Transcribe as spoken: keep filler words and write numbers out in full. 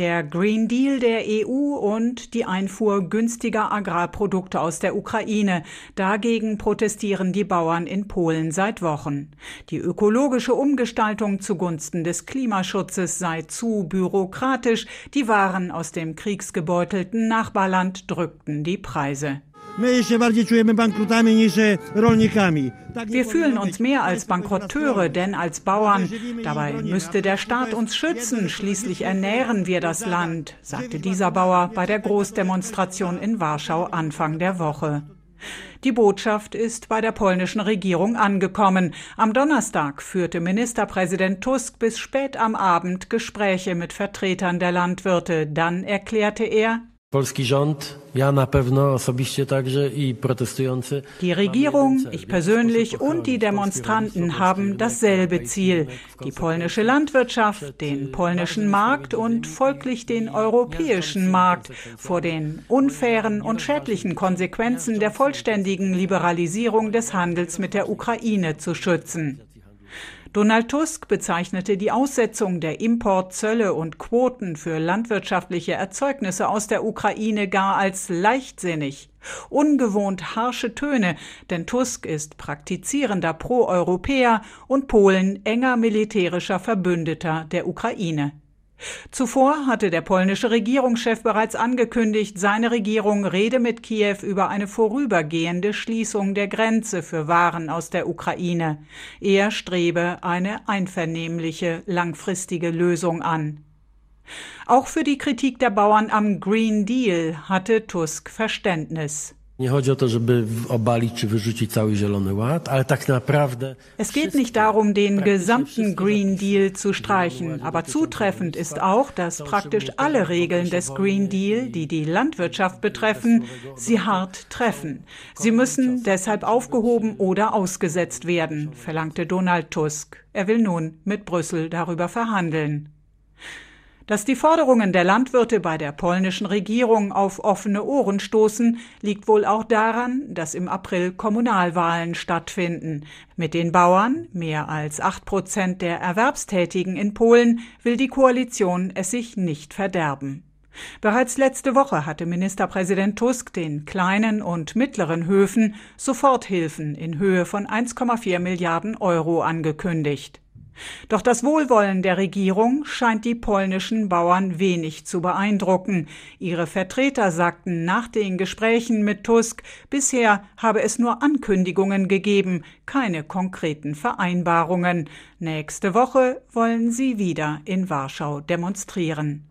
Der Green Deal der E U und die Einfuhr günstiger Agrarprodukte aus der Ukraine. Dagegen protestieren die Bauern in Polen seit Wochen. Die ökologische Umgestaltung zugunsten des Klimaschutzes sei zu bürokratisch. Die Waren aus dem kriegsgebeutelten Nachbarland drückten die Preise. Wir fühlen uns mehr als Bankrotteure, denn als Bauern. Dabei müsste der Staat uns schützen, schließlich ernähren wir das Land, sagte dieser Bauer bei der Großdemonstration in Warschau Anfang der Woche. Die Botschaft ist bei der polnischen Regierung angekommen. Am Donnerstag führte Ministerpräsident Tusk bis spät am Abend Gespräche mit Vertretern der Landwirte. Dann erklärte er: Die Regierung, ich persönlich und die Demonstranten haben dasselbe Ziel, die polnische Landwirtschaft, den polnischen Markt und folglich den europäischen Markt vor den unfairen und schädlichen Konsequenzen der vollständigen Liberalisierung des Handels mit der Ukraine zu schützen. Donald Tusk bezeichnete die Aussetzung der Importzölle und Quoten für landwirtschaftliche Erzeugnisse aus der Ukraine gar als leichtsinnig. Ungewohnt harsche Töne, denn Tusk ist praktizierender Pro-Europäer und Polen enger militärischer Verbündeter der Ukraine. Zuvor hatte der polnische Regierungschef bereits angekündigt, seine Regierung rede mit Kiew über eine vorübergehende Schließung der Grenze für Waren aus der Ukraine. Er strebe eine einvernehmliche, langfristige Lösung an. Auch für die Kritik der Bauern am Green Deal hatte Tusk Verständnis. Es geht nicht darum, den gesamten Green Deal zu streichen, aber zutreffend ist auch, dass praktisch alle Regeln des Green Deal, die die Landwirtschaft betreffen, sie hart treffen. Sie müssen deshalb aufgehoben oder ausgesetzt werden, verlangte Donald Tusk. Er will nun mit Brüssel darüber verhandeln. Dass die Forderungen der Landwirte bei der polnischen Regierung auf offene Ohren stoßen, liegt wohl auch daran, dass im April Kommunalwahlen stattfinden. Mit den Bauern, mehr als acht Prozent der Erwerbstätigen in Polen, will die Koalition es sich nicht verderben. Bereits letzte Woche hatte Ministerpräsident Tusk den kleinen und mittleren Höfen Soforthilfen in Höhe von eins Komma vier Milliarden Euro angekündigt. Doch das Wohlwollen der Regierung scheint die polnischen Bauern wenig zu beeindrucken. Ihre Vertreter sagten nach den Gesprächen mit Tusk, bisher habe es nur Ankündigungen gegeben, keine konkreten Vereinbarungen. Nächste Woche wollen sie wieder in Warschau demonstrieren.